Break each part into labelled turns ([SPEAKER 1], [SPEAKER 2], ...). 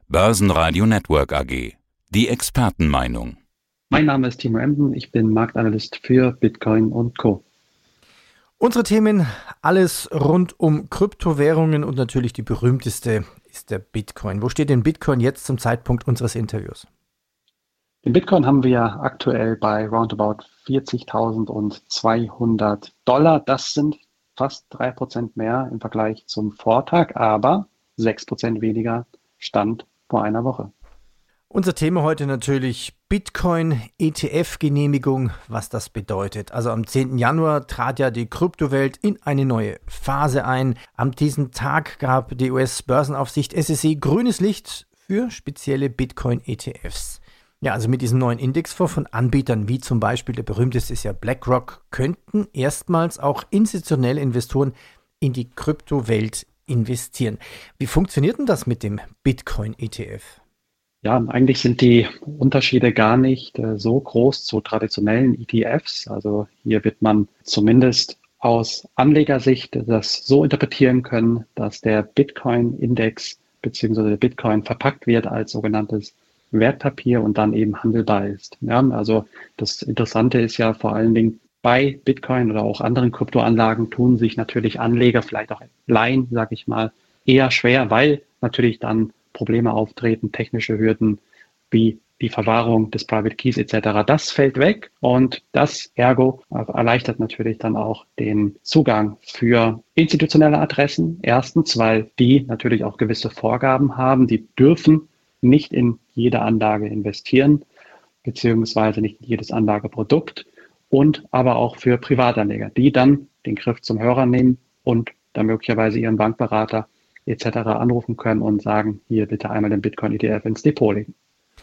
[SPEAKER 1] Börsenradio Network AG. Die Expertenmeinung.
[SPEAKER 2] Mein Name ist Timo Emden, ich bin Marktanalyst für Bitcoin und Co.
[SPEAKER 3] Unsere Themen, alles rund um Kryptowährungen und natürlich die berühmteste ist der Bitcoin. Wo steht denn Bitcoin jetzt zum Zeitpunkt unseres Interviews?
[SPEAKER 2] Den Bitcoin haben wir aktuell bei roundabout 40.200 Dollar. Das sind fast 3% mehr im Vergleich zum Vortag, aber 6% weniger Stand vor einer Woche.
[SPEAKER 3] Unser Thema heute natürlich Bitcoin-ETF-Genehmigung, was das bedeutet. Also am 10. Januar trat ja die Kryptowelt in eine neue Phase ein. Am diesem Tag gab die US-Börsenaufsicht SEC grünes Licht für spezielle Bitcoin-ETFs. Ja, also mit diesem neuen Indexfonds von Anbietern wie zum Beispiel, der berühmteste ist ja BlackRock, könnten erstmals auch institutionelle Investoren in die Kryptowelt investieren. Wie funktioniert denn das mit dem Bitcoin-ETF?
[SPEAKER 2] Ja, eigentlich sind die Unterschiede gar nicht so groß zu traditionellen ETFs. Also hier wird man zumindest aus Anlegersicht das so interpretieren können, dass der Bitcoin-Index bzw. der Bitcoin verpackt wird als sogenanntes Wertpapier und dann eben handelbar ist. Ja, also das Interessante ist ja vor allen Dingen, bei Bitcoin oder auch anderen Kryptoanlagen tun sich natürlich Anleger, vielleicht auch Laien, sage ich mal, eher schwer, weil natürlich dann Probleme auftreten, technische Hürden wie die Verwahrung des Private Keys etc. Das fällt weg und das ergo erleichtert natürlich dann auch den Zugang für institutionelle Adressen. Erstens, weil die natürlich auch gewisse Vorgaben haben, die dürfen nicht in jede Anlage investieren, beziehungsweise nicht in jedes Anlageprodukt. Und aber auch für Privatanleger, die dann den Griff zum Hörer nehmen und dann möglicherweise ihren Bankberater etc. anrufen können und sagen, hier bitte einmal den Bitcoin-ETF ins Depot legen.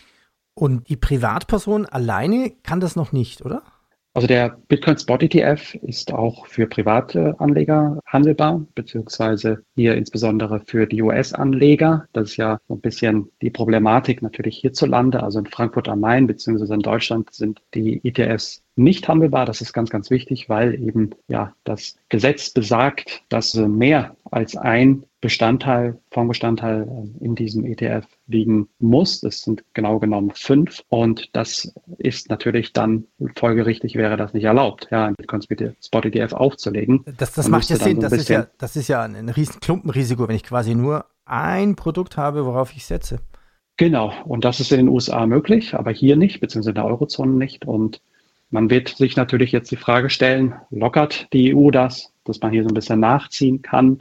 [SPEAKER 3] Und die Privatperson alleine kann das noch nicht, oder?
[SPEAKER 2] Also der Bitcoin Spot ETF ist auch für private Anleger handelbar, beziehungsweise hier insbesondere für die US-Anleger. Das ist ja so ein bisschen die Problematik natürlich hierzulande. Also in Frankfurt am Main beziehungsweise in Deutschland sind die ETFs nicht handelbar. Das ist ganz, ganz wichtig, weil eben ja das Gesetz besagt, dass mehr als ein Fondsbestandteil in diesem ETF liegen muss. Das sind genau genommen 5 und das ist natürlich dann folgerichtig wäre das nicht erlaubt, ja, ein Bitcoin Spot ETF aufzulegen.
[SPEAKER 3] Das macht ja Sinn, das ist ja ein riesen Klumpenrisiko, wenn ich quasi nur ein Produkt habe, worauf ich setze.
[SPEAKER 2] Genau, und das ist in den USA möglich, aber hier nicht, beziehungsweise in der Eurozone nicht. Und man wird sich natürlich jetzt die Frage stellen, lockert die EU das, dass man hier so ein bisschen nachziehen kann?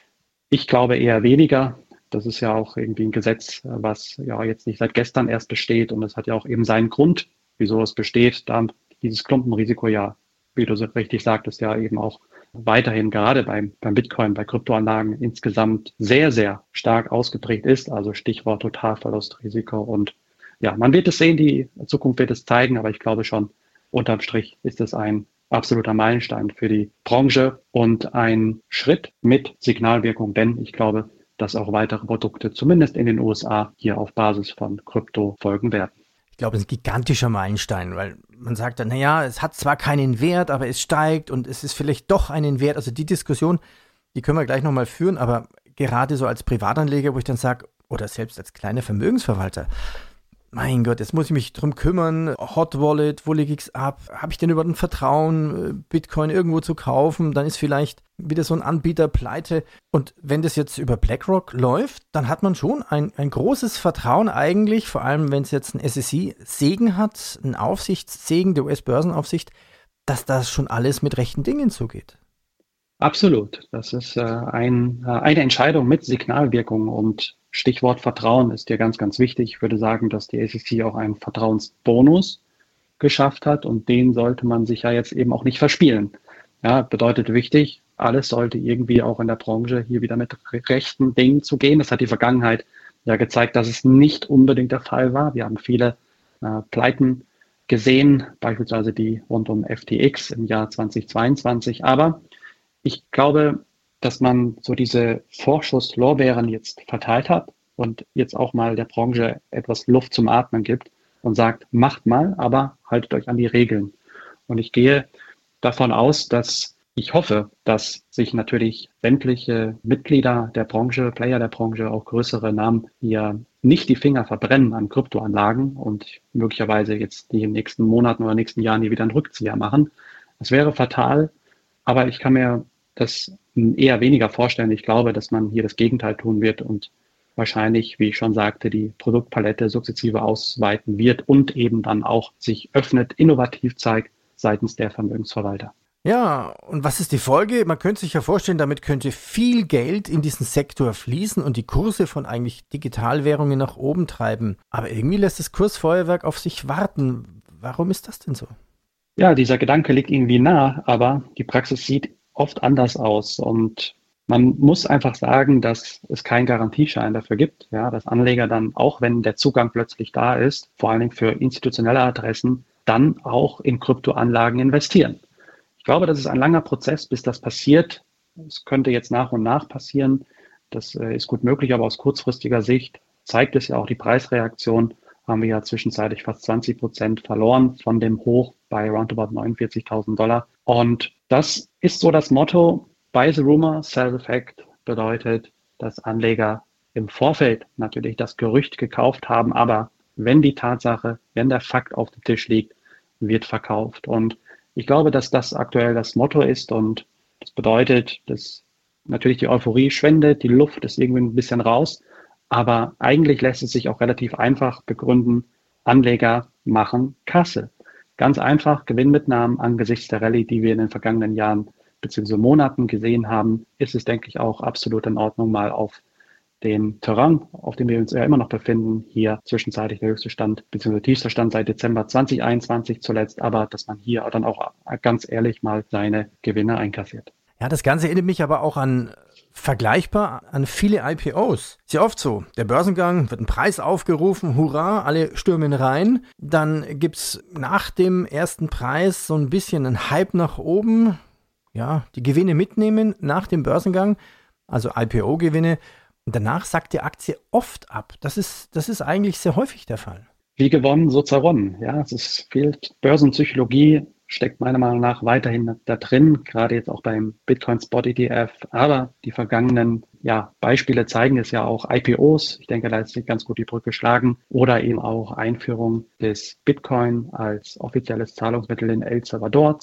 [SPEAKER 2] Ich glaube eher weniger. Das ist ja auch irgendwie ein Gesetz, was ja jetzt nicht seit gestern erst besteht und es hat ja auch eben seinen Grund, wieso es besteht. Da dieses Klumpenrisiko ja, wie du so richtig sagtest, ja eben auch weiterhin gerade beim Bitcoin, bei Kryptoanlagen insgesamt sehr, sehr stark ausgeprägt ist. Also Stichwort Totalverlustrisiko. Und ja, man wird es sehen, die Zukunft wird es zeigen, aber ich glaube schon, unterm Strich ist es ein absoluter Meilenstein für die Branche und ein Schritt mit Signalwirkung, denn ich glaube, dass auch weitere Produkte, zumindest in den USA, hier auf Basis von Krypto folgen werden.
[SPEAKER 3] Ich glaube, es ist ein gigantischer Meilenstein, weil man sagt dann, naja, es hat zwar keinen Wert, aber es steigt und es ist vielleicht doch einen Wert. Also die Diskussion, die können wir gleich nochmal führen, aber gerade so als Privatanleger, wo ich dann sage, oder selbst als kleiner Vermögensverwalter, mein Gott, jetzt muss ich mich drum kümmern, Hot Wallet, wo lege ich es ab? Habe ich denn überhaupt ein Vertrauen, Bitcoin irgendwo zu kaufen? Dann ist vielleicht wieder so ein Anbieter pleite. Und wenn das jetzt über BlackRock läuft, dann hat man schon ein großes Vertrauen eigentlich, vor allem wenn es jetzt ein SEC-Segen hat, ein Aufsichtssegen der US-Börsenaufsicht, dass das schon alles mit rechten Dingen zugeht.
[SPEAKER 2] Absolut. Das ist eine Entscheidung mit Signalwirkung und Stichwort Vertrauen ist hier ganz, ganz wichtig. Ich würde sagen, dass die SEC auch einen Vertrauensbonus geschafft hat und den sollte man sich ja jetzt eben auch nicht verspielen. Ja, bedeutet wichtig, alles sollte irgendwie auch in der Branche hier wieder mit rechten Dingen zugehen. Das hat die Vergangenheit ja gezeigt, dass es nicht unbedingt der Fall war. Wir haben viele Pleiten gesehen, beispielsweise die rund um FTX im Jahr 2022. Aber ich glaube, dass man so diese Vorschusslorbeeren jetzt verteilt hat und jetzt auch mal der Branche etwas Luft zum Atmen gibt und sagt, macht mal, aber haltet euch an die Regeln. Und ich gehe davon aus, dass Ich hoffe, dass sich natürlich sämtliche Mitglieder der Branche, Player der Branche, auch größere Namen hier nicht die Finger verbrennen an Kryptoanlagen und möglicherweise jetzt die in den nächsten Monaten oder nächsten Jahren hier wieder einen Rückzieher machen. Das wäre fatal, aber ich kann mir das eher weniger vorstellen. Ich glaube, dass man hier das Gegenteil tun wird und wahrscheinlich, wie ich schon sagte, die Produktpalette sukzessive ausweiten wird und eben dann auch sich öffnet, innovativ zeigt seitens der Vermögensverwalter.
[SPEAKER 3] Ja, und was ist die Folge? Man könnte sich ja vorstellen, damit könnte viel Geld in diesen Sektor fließen und die Kurse von eigentlich Digitalwährungen nach oben treiben. Aber irgendwie lässt das Kursfeuerwerk auf sich warten. Warum ist das denn so?
[SPEAKER 2] Ja, dieser Gedanke liegt irgendwie nah, aber die Praxis sieht oft anders aus und man muss einfach sagen, dass es keinen Garantieschein dafür gibt, ja, dass Anleger dann, auch wenn der Zugang plötzlich da ist, vor allen Dingen für institutionelle Adressen, dann auch in Kryptoanlagen investieren. Ich glaube, das ist ein langer Prozess, bis das passiert. Es könnte jetzt nach und nach passieren. Das ist gut möglich, aber aus kurzfristiger Sicht zeigt es ja auch die Preisreaktion. Haben wir ja zwischenzeitlich fast 20% verloren von dem Hoch bei roundabout $49.000. Und das ist so das Motto: Buy the rumor, sell the fact, bedeutet, dass Anleger im Vorfeld natürlich das Gerücht gekauft haben, aber wenn die Tatsache, wenn der Fakt auf dem Tisch liegt, wird verkauft. Und ich glaube, dass das aktuell das Motto ist und das bedeutet, dass natürlich die Euphorie schwindet, die Luft ist irgendwie ein bisschen raus, aber eigentlich lässt es sich auch relativ einfach begründen: Anleger machen Kasse. Ganz einfach Gewinnmitnahmen angesichts der Rallye, die wir in den vergangenen Jahren bzw. Monaten gesehen haben, ist es, denke ich, auch absolut in Ordnung, mal auf dem Terrain, auf dem wir uns ja immer noch befinden, hier zwischenzeitlich der höchste Stand bzw. tiefster Stand seit Dezember 2021 zuletzt, aber dass man hier dann auch ganz ehrlich mal seine Gewinne einkassiert.
[SPEAKER 3] Ja, das Ganze erinnert mich aber auch vergleichbar an viele IPOs. Ist ja oft so, der Börsengang, wird ein Preis aufgerufen, hurra, alle stürmen rein. Dann gibt's nach dem ersten Preis so ein bisschen einen Hype nach oben. Ja, die Gewinne mitnehmen nach dem Börsengang, also IPO-Gewinne. Und danach sackt die Aktie oft ab. Das ist eigentlich sehr häufig der Fall.
[SPEAKER 2] Wie gewonnen, so zerronnen. Ja, es ist viel Börsenpsychologie, steckt meiner Meinung nach weiterhin da drin, gerade jetzt auch beim Bitcoin Spot ETF. Aber die vergangenen Beispiele zeigen es ja auch. IPOs, ich denke, da lässt sich ganz gut die Brücke schlagen. Oder eben auch Einführung des Bitcoin als offizielles Zahlungsmittel in El Salvador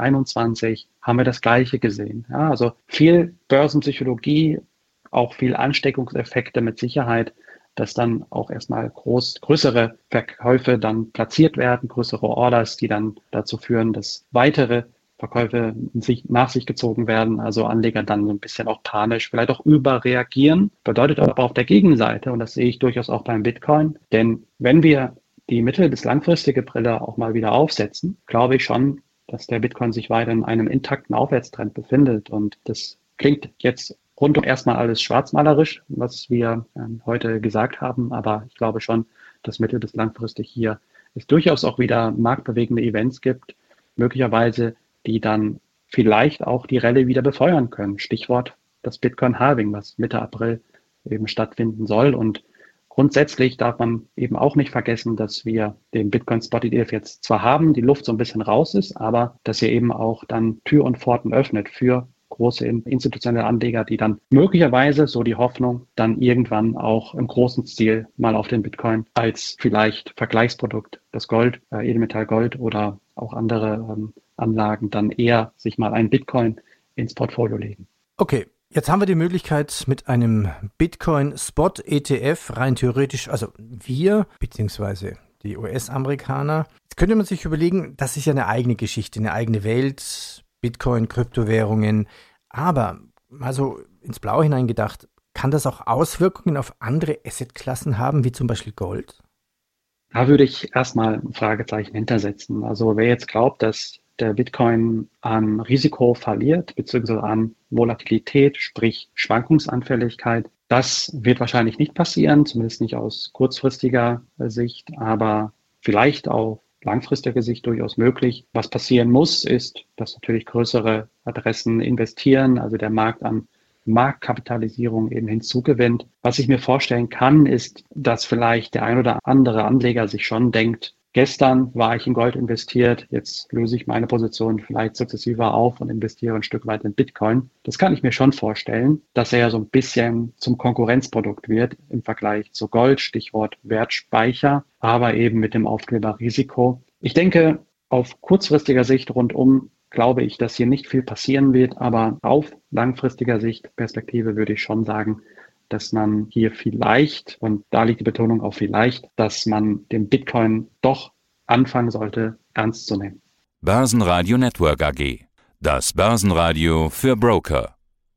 [SPEAKER 2] 2021. Haben wir das Gleiche gesehen. Ja, also viel Börsenpsychologie, auch viel Ansteckungseffekte mit Sicherheit, dass dann auch erstmal größere Verkäufe dann platziert werden, größere Orders, die dann dazu führen, dass weitere Verkäufe nach sich gezogen werden, also Anleger dann so ein bisschen auch panisch, vielleicht auch überreagieren. Bedeutet aber auf der Gegenseite, und das sehe ich durchaus auch beim Bitcoin, denn wenn wir die mittel- bis langfristige Brille auch mal wieder aufsetzen, glaube ich schon, dass der Bitcoin sich weiter in einem intakten Aufwärtstrend befindet. Und das klingt jetzt rundum erstmal alles schwarzmalerisch, was wir heute gesagt haben, aber ich glaube schon, dass mittel- bis langfristig hier es durchaus auch wieder marktbewegende Events gibt, möglicherweise, die dann vielleicht auch die Rallye wieder befeuern können. Stichwort das Bitcoin-Halving, was Mitte April eben stattfinden soll. Und grundsätzlich darf man eben auch nicht vergessen, dass wir den Bitcoin Spot ETF jetzt zwar haben, die Luft so ein bisschen raus ist, aber dass er eben auch dann Tür und Pforten öffnet für große institutionelle Anleger, die dann möglicherweise, so die Hoffnung, dann irgendwann auch im großen Stil mal auf den Bitcoin als vielleicht Vergleichsprodukt, das Gold, Edelmetall Gold oder auch andere Anlagen dann eher sich mal einen Bitcoin ins Portfolio legen.
[SPEAKER 3] Okay, jetzt haben wir die Möglichkeit mit einem Bitcoin Spot ETF rein theoretisch, also wir beziehungsweise die US-Amerikaner. Jetzt könnte man sich überlegen, das ist ja eine eigene Geschichte, eine eigene Welt, Bitcoin, Kryptowährungen. Aber mal so ins Blaue hineingedacht, kann das auch Auswirkungen auf andere Assetklassen haben, wie zum Beispiel Gold?
[SPEAKER 2] Da würde ich erstmal ein Fragezeichen hintersetzen. Also wer jetzt glaubt, dass der Bitcoin an Risiko verliert, beziehungsweise an Volatilität, sprich Schwankungsanfälligkeit, das wird wahrscheinlich nicht passieren, zumindest nicht aus kurzfristiger Sicht, aber vielleicht auch langfristiger Sicht durchaus möglich. Was passieren muss, ist, dass natürlich größere Adressen investieren, also der Markt an Marktkapitalisierung eben hinzugewinnt. Was ich mir vorstellen kann, ist, dass vielleicht der ein oder andere Anleger sich schon denkt, gestern war ich in Gold investiert, jetzt löse ich meine Position vielleicht sukzessiver auf und investiere ein Stück weit in Bitcoin. Das kann ich mir schon vorstellen, dass er so ein bisschen zum Konkurrenzprodukt wird im Vergleich zu Gold, Stichwort Wertspeicher, aber eben mit dem Aufkleberrisiko. Ich denke, auf kurzfristiger Sicht rundum glaube ich, dass hier nicht viel passieren wird, aber auf langfristiger Sicht, Perspektive würde ich schon sagen, dass man hier vielleicht, und da liegt die Betonung auf vielleicht, dass man den Bitcoin doch anfangen sollte, ernst zu nehmen.
[SPEAKER 1] Börsenradio Network AG. Das Börsenradio für Broker.